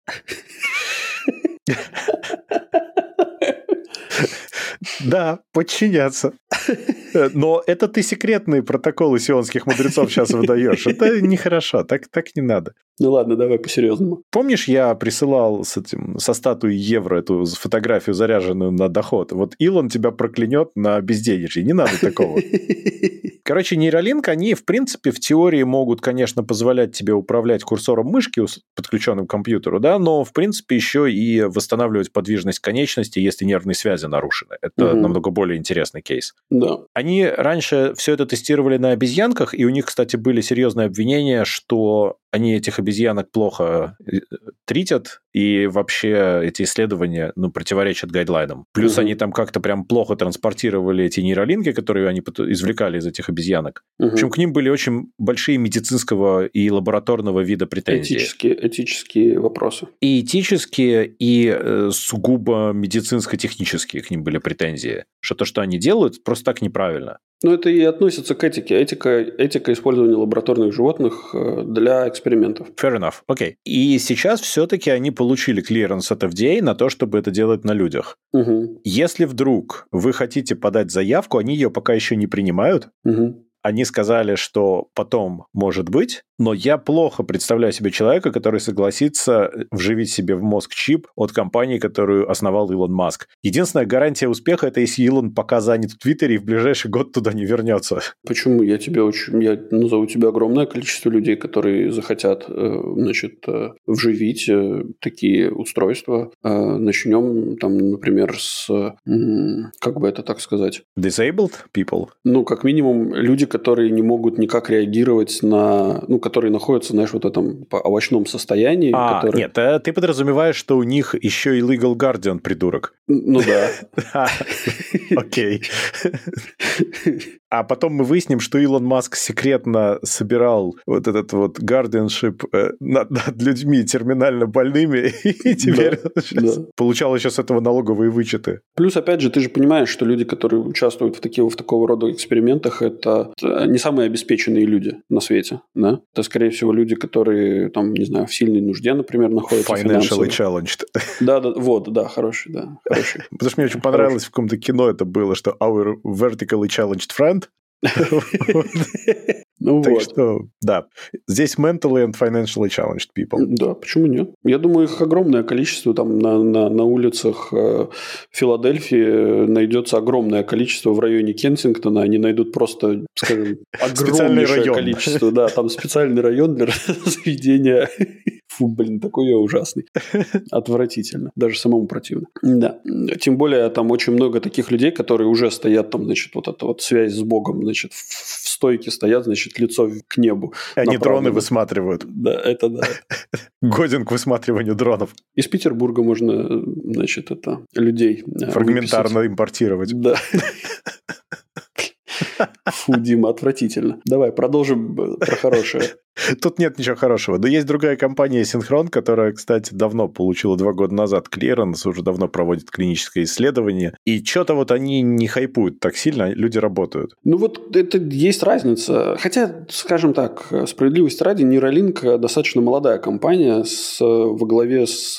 Да, подчиняться. Но это ты секретные протоколы сионских мудрецов сейчас выдаешь. Это нехорошо, так, так не надо. Ну ладно, давай по-серьезному. Помнишь, я присылал с этим, со статуей евро эту фотографию, заряженную на доход? Вот Илон тебя проклянет на безденежье. Не надо такого. Короче, нейролинк, они, в принципе, в теории могут, конечно, позволять тебе управлять курсором мышки, подключенным к компьютеру, да, но, в принципе, еще и восстанавливать подвижность конечности, если нервные связи нарушены. Это угу. намного более интересный кейс. Да. Они раньше все это тестировали на обезьянках, и у них, кстати, были серьезные обвинения, что они этих обезьянок плохо тритят, и вообще эти исследования, ну, противоречат гайдлайнам. Плюс угу. они там как-то прям плохо транспортировали эти нейролинки, которые они извлекали из этих обезьянок. Угу. В общем, к ним были очень большие медицинского и лабораторного вида претензии. Этические, этические вопросы. И этические, и э, сугубо медицинско-технические к ним были претензии. Что то, что они делают, просто так неправильно. Ну, это и относится к этике. Этика, этика использования лабораторных животных для экспериментов. Fair enough. Окей. Okay. И сейчас все-таки они получили клиренс от эф ди эй на то, чтобы это делать на людях. Угу. Если вдруг вы хотите подать заявку, они ее пока еще не принимают. Угу. Они сказали, что потом может быть, но я плохо представляю себе человека, который согласится вживить себе в мозг чип от компании, которую основал Илон Маск. Единственная гарантия успеха – это если Илон пока занят в Твиттере и в ближайший год туда не вернется. Почему? Я тебе очень, я назову тебе огромное количество людей, которые захотят, значит, вживить такие устройства. Начнем, там, например, с, как бы это так сказать? Disabled people? Ну, как минимум, люди, которые не могут никак реагировать на, ну, которые находятся, знаешь, вот в этом овощном состоянии. А, который... нет, ты подразумеваешь, что у них еще и Legal Guardian придурок. Ну да. Окей. А потом мы выясним, что Илон Маск секретно собирал вот этот вот guardianship над, над людьми терминально больными, и теперь да, да. получал еще с этого налоговые вычеты. Плюс, опять же, ты же понимаешь, что люди, которые участвуют в, таких, в такого рода экспериментах, это не самые обеспеченные люди на свете. Да? Это, скорее всего, люди, которые, там, не знаю, в сильной нужде, например, находятся. Financially challenged. Да, да, вот, да, хороший, да, хороший. Потому что мне очень понравилось в каком-то кино это было, что our vertically challenged friend. Ну так вот. что, да. Здесь mentally and financially challenged people. Да, почему нет? Я думаю, их огромное количество. Там на, на, на улицах э, Филадельфии найдется огромное количество в районе Кенсингтона. Они найдут просто, скажем, огромнейшее количество. Да, там специальный район для заведения. Фу, блин, такой я ужасный. Отвратительно. Даже самому противно. Да. Тем более, там очень много таких людей, которые уже стоят там, значит, вот эта вот связь с Богом, значит, в стойке стоят, значит, лицо к небу. Они направлено. Дроны высматривают. Да, это да. Годен к высматриванию дронов. Из Петербурга можно, значит, это людей фрагментарно выписать. Импортировать. Да. Фу, Дима, отвратительно. Давай, продолжим про хорошее. Тут нет ничего хорошего. Но есть другая компания Синхрон, которая, кстати, давно получила два года назад клиренс, уже давно проводит клиническое исследование. И что-то вот они не хайпуют так сильно, люди работают. Ну вот это есть разница. Хотя, скажем так, справедливости ради, Neuralink достаточно молодая компания с, во главе с...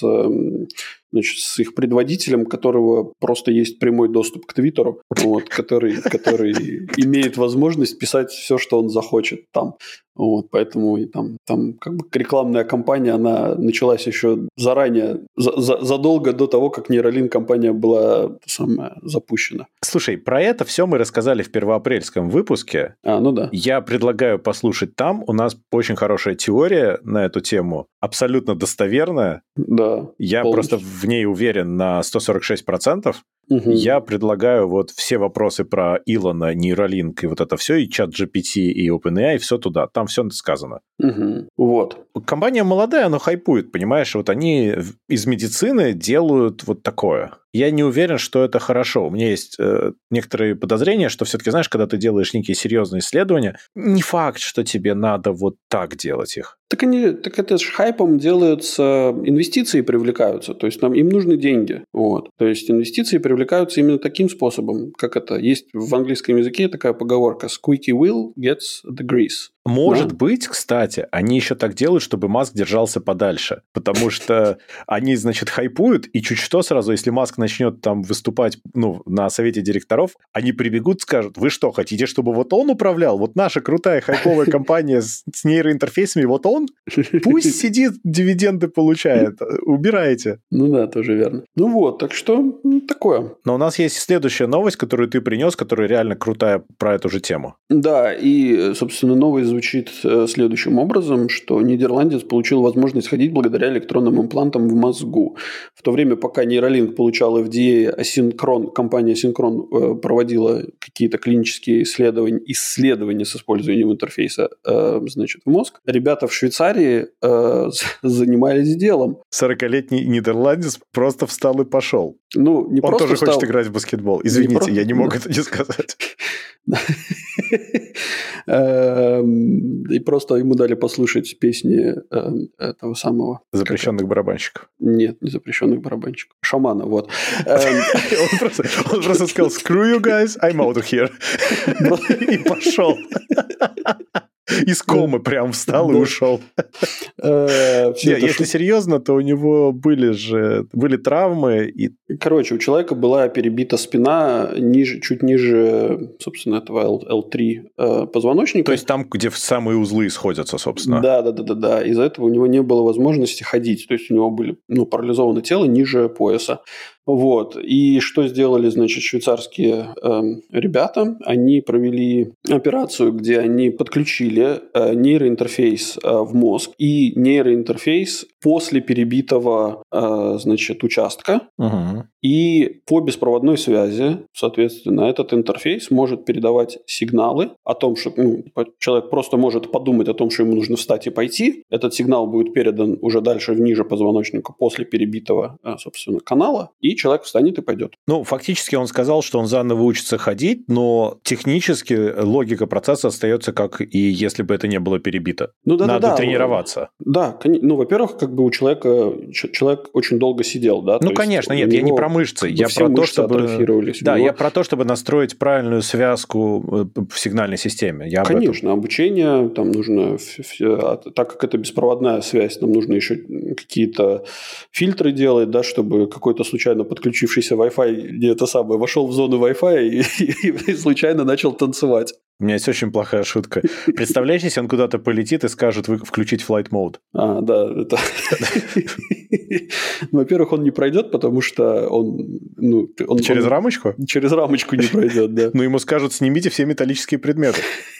Значит, с их предводителем, которого просто есть прямой доступ к Твиттеру, вот, который, который имеет возможность писать все, что он захочет там. Вот, поэтому и там, там как бы рекламная кампания, она началась еще заранее, за, за, задолго до того, как Neuralink компания была самая, запущена. Слушай, про это все мы рассказали в первоапрельском выпуске. А, ну да. Я предлагаю послушать там. У нас очень хорошая теория на эту тему, абсолютно достоверная. Да. Я полностью. Просто в ней уверен на сто сорок шесть процентов. Угу. Я предлагаю вот все вопросы про Илона, Neuralink и вот это все, и ChatGPT, и OpenAI, все туда. Там все сказано. Угу. Вот. Компания молодая, но хайпует, понимаешь? Вот они из медицины делают вот такое. Я не уверен, что это хорошо. У меня есть э, некоторые подозрения, что все-таки, знаешь, когда ты делаешь некие серьезные исследования, не факт, что тебе надо вот так делать их. Так, они, так это же хайпом делаются, инвестиции привлекаются, то есть нам им нужны деньги. Вот. То есть инвестиции привлекаются именно таким способом, как это есть в английском языке такая поговорка «squeaky wheel gets the grease». Может да? быть, кстати, они еще так делают, чтобы Маск держался подальше, потому что они, значит, хайпуют, и чуть что сразу, если Маск начнет там выступать ну, на совете директоров, они прибегут, скажут, вы что, хотите, чтобы вот он управлял? Вот наша крутая хайповая компания с, с нейроинтерфейсами, вот он? Пусть сидит, дивиденды получает. Убирайте. Ну да, тоже верно. Ну вот, так что такое. Но у нас есть следующая новость, которую ты принес, которая реально крутая про эту же тему. Да, и, собственно, новость звучит следующим образом, что нидерландец получил возможность ходить благодаря электронным имплантам в мозгу. В то время, пока Neuralink получал эф ди эй, а Synchron, компания Synchron проводила какие-то клинические исследования, исследования с использованием интерфейса значит, в мозг, ребята в Швейцарии э, занимались делом. сорокалетний нидерландец просто встал и пошел. Ну, не Он просто тоже встал... хочет играть в баскетбол. Извините, не про... я не мог да. это не сказать. И просто ему дали послушать песни этого самого... Запрещенных барабанщиков. Нет, не запрещенных барабанщиков. Шамана, вот. Он просто сказал «Screw you guys, I'm out of here». И пошел. Из комы прям встал и ушел. Если серьезно, то у него были же были травмы. Короче, у человека была перебита спина ниже, чуть ниже, собственно, этого эл три позвоночника. То есть там, где самые узлы сходятся, собственно. Да, да, да, да, да. Из-за этого у него не было возможности ходить. То есть у него были ну, парализовано тело ниже пояса. Вот. И что сделали, значит, швейцарские э, ребята? Они провели операцию, где они подключили э, нейроинтерфейс э, в мозг и нейроинтерфейс после перебитого, э, значит, участка. Угу. И по беспроводной связи, соответственно, этот интерфейс может передавать сигналы о том, что ну, человек просто может подумать о том, что ему нужно встать и пойти. Этот сигнал будет передан уже дальше ниже позвоночника после перебитого, собственно, канала, и человек встанет и пойдет. Ну, фактически он сказал, что он заново учится ходить, но технически логика процесса остается, как и если бы это не было перебито. Ну, да, Надо да, да. тренироваться. Да, ну, во-первых, как бы у человека человек очень долго сидел, да. Ну, конечно, нет, я не про мышцы, я про то, чтобы да, я про то, чтобы настроить правильную связку в сигнальной системе. Я Конечно, обучение там нужно, так как это беспроводная связь, нам нужно еще какие-то фильтры делать, да, чтобы какой-то случайно подключившийся Wi-Fi не это самое вошел в зону Wi-Fi и, и, и случайно начал танцевать. У меня есть очень плохая шутка. Представляешь, если он куда-то полетит и скажет включить flight mode? А, да, это... Во-первых, он не пройдет, потому что он... ну, он Через он... рамочку? Через рамочку не пройдет, да. Ну, ему скажут, снимите все металлические предметы.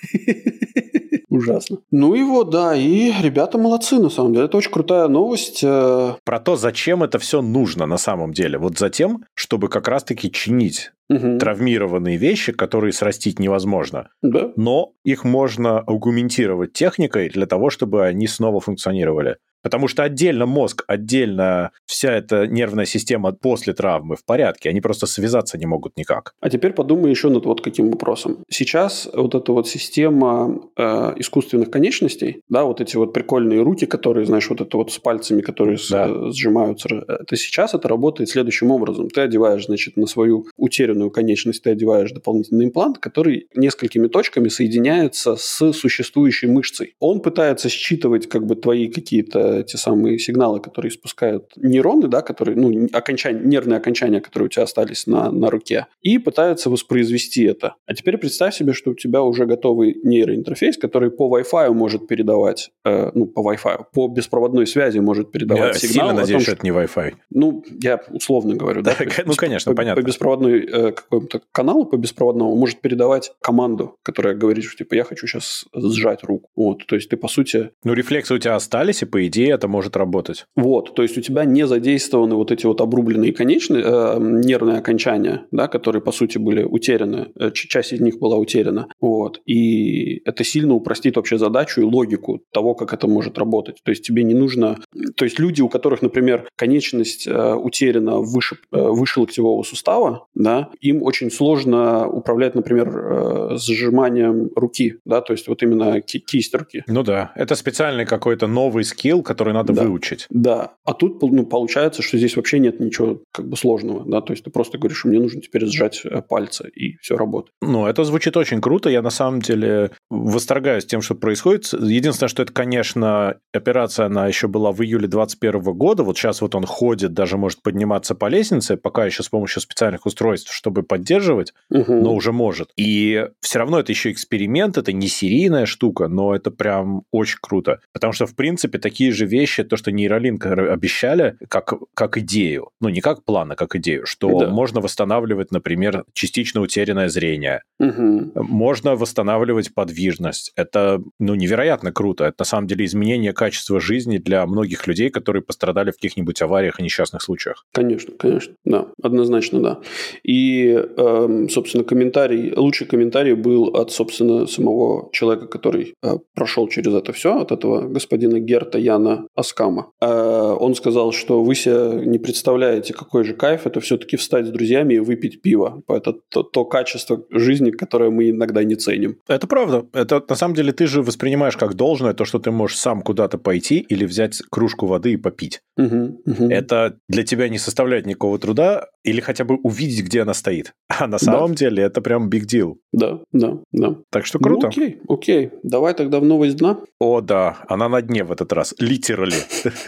Ужасно. Ну и вот, да, и ребята молодцы, на самом деле. Это очень крутая новость. Про то, зачем это все нужно на самом деле. Вот за тем, чтобы как раз-таки чинить угу. травмированные вещи, которые срастить невозможно. Да. Но их можно аугментировать техникой для того, чтобы они снова функционировали. Потому что отдельно мозг, отдельно вся эта нервная система после травмы в порядке. Они просто связаться не могут никак. А теперь подумай еще над вот каким вопросом. Сейчас вот эта вот система э, искусственных конечностей, да, вот эти вот прикольные руки, которые, знаешь, вот это вот с пальцами, которые да. с, сжимаются, это сейчас это работает следующим образом. Ты одеваешь, значит, на свою утерянную конечность, ты одеваешь дополнительный имплант, который несколькими точками соединяется с существующей мышцей. Он пытается считывать как бы твои какие-то те самые сигналы, которые испускают нейроны, да, которые, ну, окончания, нервные окончания, которые у тебя остались на, на руке, и пытается воспроизвести это. А теперь представь себе, что у тебя уже готовый нейроинтерфейс, который по Wi-Fi может передавать, э, ну, по Wi-Fi, по беспроводной связи может передавать я сигнал. Я сильно надеюсь, что что это не Wi-Fi. Ну, я условно говорю, да. Ну, конечно, понятно. По беспроводной э, какому-то каналу, по беспроводному, может передавать команду, которая говорит, что, типа, я хочу сейчас сжать руку. Вот, то есть ты, по сути... Ну, рефлексы у тебя остались, и, по идее, это может работать. Вот, то есть у тебя не задействованы вот эти вот обрубленные конечные, э, нервные окончания, да, которые, по сути, были утеряны, э, часть из них была утеряна, вот, и это сильно упростит вообще задачу и логику того, как это может работать. То есть тебе не нужно... То есть люди, у которых, например, конечность э, утеряна выше, э, выше локтевого сустава, да, им очень сложно управлять, например, э, сжиманием руки, да, то есть вот именно ки- кисть руки. Ну да, это специальный какой-то новый скилл, который надо да. выучить. Да, а тут ну, получается, что здесь вообще нет ничего как бы сложного, да, то есть ты просто говоришь, что мне нужно теперь сжать пальцы, и все работает. Ну, это звучит очень круто, я на самом деле восторгаюсь тем, что происходит. Единственное, что это, конечно, операция, она еще была в июле двадцать первого года, вот сейчас вот он ходит, даже может подниматься по лестнице, пока еще с помощью специальных устройств, чтобы поддерживать, угу. но уже может. И все равно это еще эксперимент, это не серийная штука, но это прям очень круто, потому что, в принципе, такие же вещи, то, что нейролинк обещали, как, как идею, ну, не как план, а как идею, что да. можно восстанавливать, например, частично утерянное зрение, угу. можно восстанавливать подвижность. Это, ну, невероятно круто. Это, на самом деле, изменение качества жизни для многих людей, которые пострадали в каких-нибудь авариях и несчастных случаях. Конечно, конечно, да, однозначно, да. И, э, собственно, комментарий, лучший комментарий был от, собственно, самого человека, который э, прошел через это все, от этого господина Герта Яна Аскама. Э, он сказал, что вы себе не представляете, какой же кайф это все-таки встать с друзьями и выпить пиво. Это то, то качество жизни, которое мы иногда не ценим. Это правда. Это, на самом деле, ты же воспринимаешь как должное то, что ты можешь сам куда-то пойти или взять кружку воды и попить. Угу, угу. Это для тебя не составляет никакого труда или хотя бы увидеть, где она стоит. А на самом да. деле это прям big deal. Да, да, да. Так что круто. Ну, окей, окей. Давай тогда в новость дна. О, да. Она на дне в этот раз. Literally.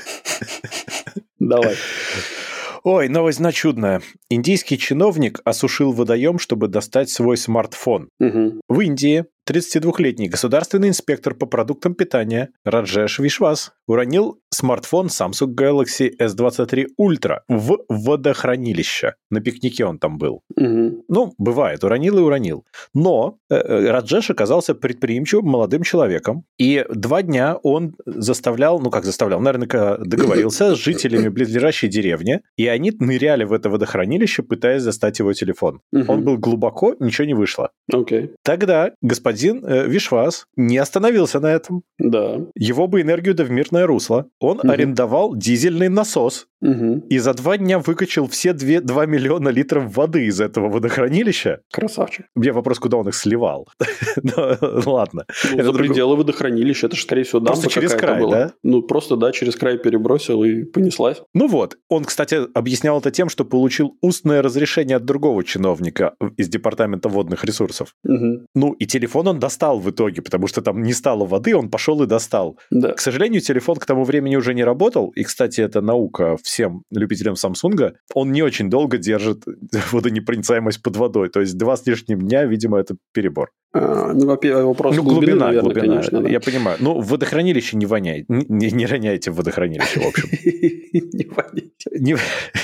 Давай. Ой, новость дна чудная. Индийский чиновник осушил водоем, чтобы достать свой смартфон. Угу. В Индии тридцатидвухлетний государственный инспектор по продуктам питания Раджеш Вишвас уронил смартфон Samsung Galaxy эс двадцать три Ultra в водохранилище. На пикнике он там был. Угу. Ну, бывает, уронил и уронил. Но э, Раджеш оказался предприимчивым молодым человеком, и два дня он заставлял, ну как заставлял, наверное, договорился с жителями близлежащей деревни, и они ныряли в это водохранилище, пытаясь достать его телефон. Угу. Он был глубоко, ничего не вышло. Окей. Тогда господин э, Вишвас не остановился на этом. Да. Его бы энергию да в мирное русло. Он угу. арендовал дизельный насос. Угу. И за два дня выкачал все два миллиона литров воды из этого водохранилища. Красавчик. У меня вопрос, куда он их сливал. Ладно. За пределы водохранилища. Это же, скорее всего, дамба просто через край, да? Ну, просто, да, через край перебросил и понеслась. Ну вот. Он, кстати, объяснял это тем, что получил устное разрешение от другого чиновника из департамента водных ресурсов. Ну, и телефон он достал в итоге, потому что там не стало воды, он пошел и достал. К сожалению, телефон к тому времени уже не работал. И, кстати, это наука всем любителям Samsung, он не очень долго держит водонепроницаемость под водой. То есть два с лишним дня, видимо, это перебор. А, ну, вопрос ну, глубины, глубина, наверное, глубина. Конечно, да. Я понимаю. Ну, в водохранилище не воняет. Не, не роняйте в водохранилище, в общем. Не воняйте.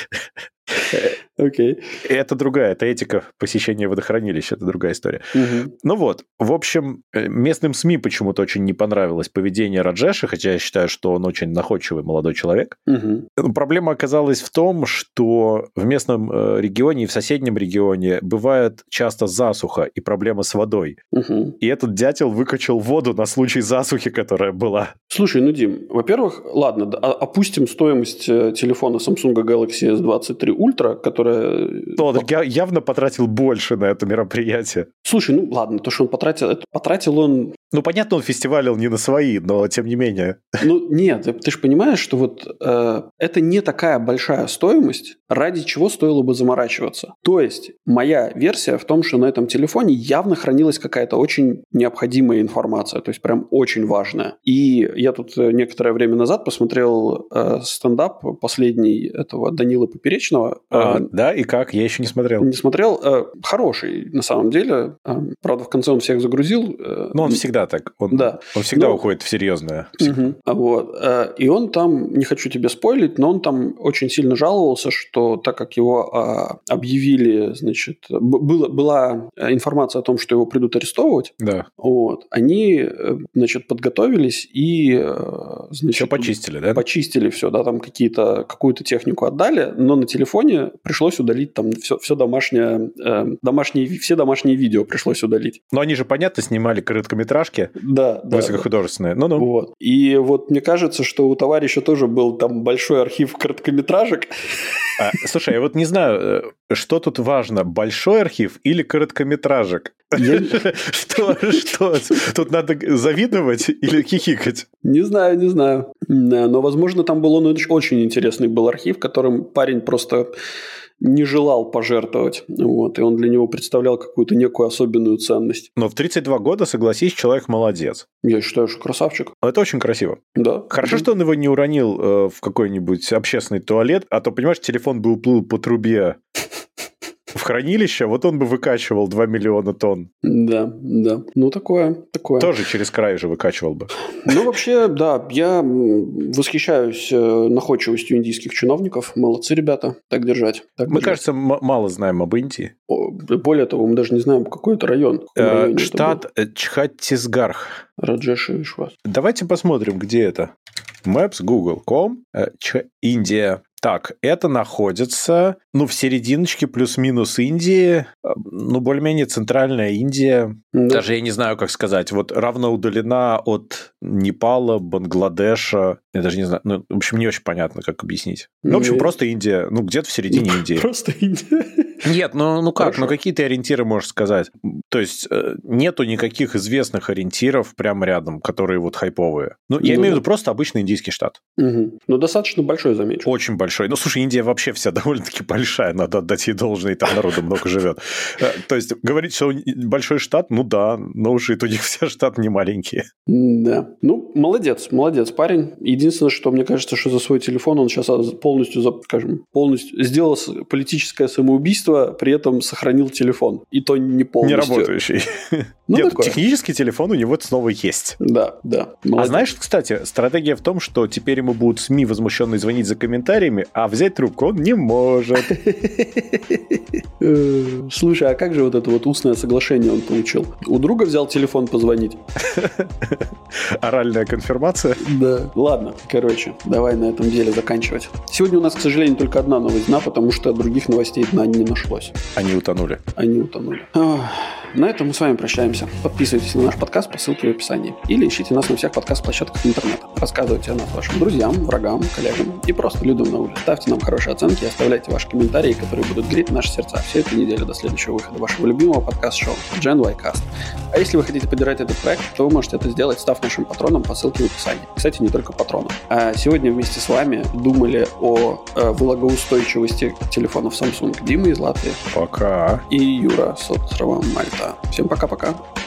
Окей. Okay. Это другая, это этика посещения водохранилища, это другая история. Угу. Ну вот, в общем, местным СМИ почему-то очень не понравилось поведение Раджеша, хотя я считаю, что он очень находчивый молодой человек. Угу. Проблема оказалась в том, что в местном регионе и в соседнем регионе бывает часто засуха и проблема с водой. Угу. И этот дятел выкачал воду на случай засухи, которая была. Слушай, ну, Дим, во-первых, ладно, опустим стоимость телефона Samsung Galaxy эс двадцать три Ultra, который Он явно потратил больше на это мероприятие. Слушай, ну ладно, то, что он потратил, это потратил он... Ну, понятно, он фестивалил не на свои, но тем не менее. Ну, нет, ты же понимаешь, что вот э, это не такая большая стоимость, ради чего стоило бы заморачиваться. То есть, моя версия в том, что на этом телефоне явно хранилась какая-то очень необходимая информация, то есть, прям очень важная. И я тут некоторое время назад посмотрел э, стендап последний этого Данилы Поперечного. А, э, да, и как? Я еще не смотрел. Не смотрел. Э, хороший, на самом деле. Э, правда, в конце он всех загрузил. Э, ну, он всегда так. Он, да. он всегда но... уходит в серьезное. Угу. Вот. Э, и он там, не хочу тебе спойлить, но он там очень сильно жаловался, что так как его э, объявили, значит, было, была информация о том, что его придут арестовывать, да. Вот, они, значит, подготовились и, значит... Все почистили, да? Почистили все, да, там какие-то, какую-то технику отдали, но на телефоне пришлось удалить там все, все домашнее, э, домашние, все домашние видео пришлось удалить. Но они же, понятно, снимали короткометражки. Да, да. Высокохудожественные. Ну-ну. Вот. И вот мне кажется, что у товарища тоже был там большой архив короткометражек. А, слушай, я вот не знаю, что тут важно, большой архив или короткометражек? Что? Что? Тут надо завидовать или хихикать? Не знаю, не знаю. Но, возможно, там был он очень интересный был архив, которым парень просто не желал пожертвовать. Вот, и он для него представлял какую-то некую особенную ценность. Но в тридцать два года, согласись, человек молодец. Я считаю, что красавчик. Это очень красиво. Да. Хорошо, да. что он его не уронил э, в какой-нибудь общественный туалет, а то, понимаешь, телефон бы уплыл по трубе в хранилище, вот он бы выкачивал два миллиона тонн. Да, да. Ну, такое, такое. Тоже через край же выкачивал бы. Ну, вообще, да, я восхищаюсь находчивостью индийских чиновников. Молодцы, ребята. Так держать. Так мы, держать. кажется, м- мало знаем об Индии. Более того, мы даже не знаем, какой это район. Э, штат Чхаттисгарх. Раджеш Вишвас. Давайте посмотрим, где это. Maps, Google точка ком, Ч, Индия. Так, это находится, ну, в серединочке плюс-минус Индии, ну, более-менее центральная Индия. Да. Даже я не знаю, как сказать. Вот равно удалена от Непала, Бангладеша. Я даже не знаю. Ну, в общем, не очень понятно, как объяснить. Ну, в общем, просто Индия. Ну, где-то в середине Индии. Просто Индия. Нет, ну, ну как? Хорошо. Ну, какие ты ориентиры можешь сказать? То есть, нету никаких известных ориентиров прямо рядом, которые вот хайповые. Ну, я ну, имею в виду да. просто обычный индийский штат. Угу. Ну, достаточно большой, замечу. Очень большой. Ну, слушай, Индия вообще вся довольно-таки большая, надо отдать ей должное, и там народу много живет. То есть, говорить, что большой штат, ну да, но уже у них все штаты не маленькие. Да. Ну, молодец, молодец парень. Единственное, что мне кажется, что за свой телефон он сейчас полностью, скажем, полностью сделал политическое самоубийство устройства, при этом сохранил телефон. И то не полностью. Не работающий. Ну, Нет, такое. Технический телефон у него снова есть. Да, да. Молодец. А знаешь, кстати, стратегия в том, что теперь ему будут СМИ возмущенные звонить за комментариями, а взять трубку он не может. Слушай, а как же вот это вот устное соглашение он получил? У друга взял телефон позвонить? Оральная конфирмация? Да. Ладно, короче, давай на этом деле заканчивать. Сегодня у нас, к сожалению, только одна новость дна, потому что других новостей дна не нашлось. Они утонули. Они утонули. На этом мы с вами прощаемся. Подписывайтесь на наш подкаст по ссылке в описании. Или ищите нас на всех подкаст-площадках интернета. Рассказывайте о нас вашим друзьям, врагам, коллегам и просто людям на улице. Ставьте нам хорошие оценки и оставляйте ваши комментарии, которые будут греть наши сердца всю эту неделю до следующего выхода вашего любимого подкаст-шоу Gen Y Cast. А если вы хотите поддержать этот проект, то вы можете это сделать, став нашим патроном по ссылке в описании. Кстати, не только патроном. А сегодня вместе с вами думали о э, влагоустойчивости телефонов Samsung. Дима из Латвии. Пока. И Юра с острова Мальта. Всем пока-пока.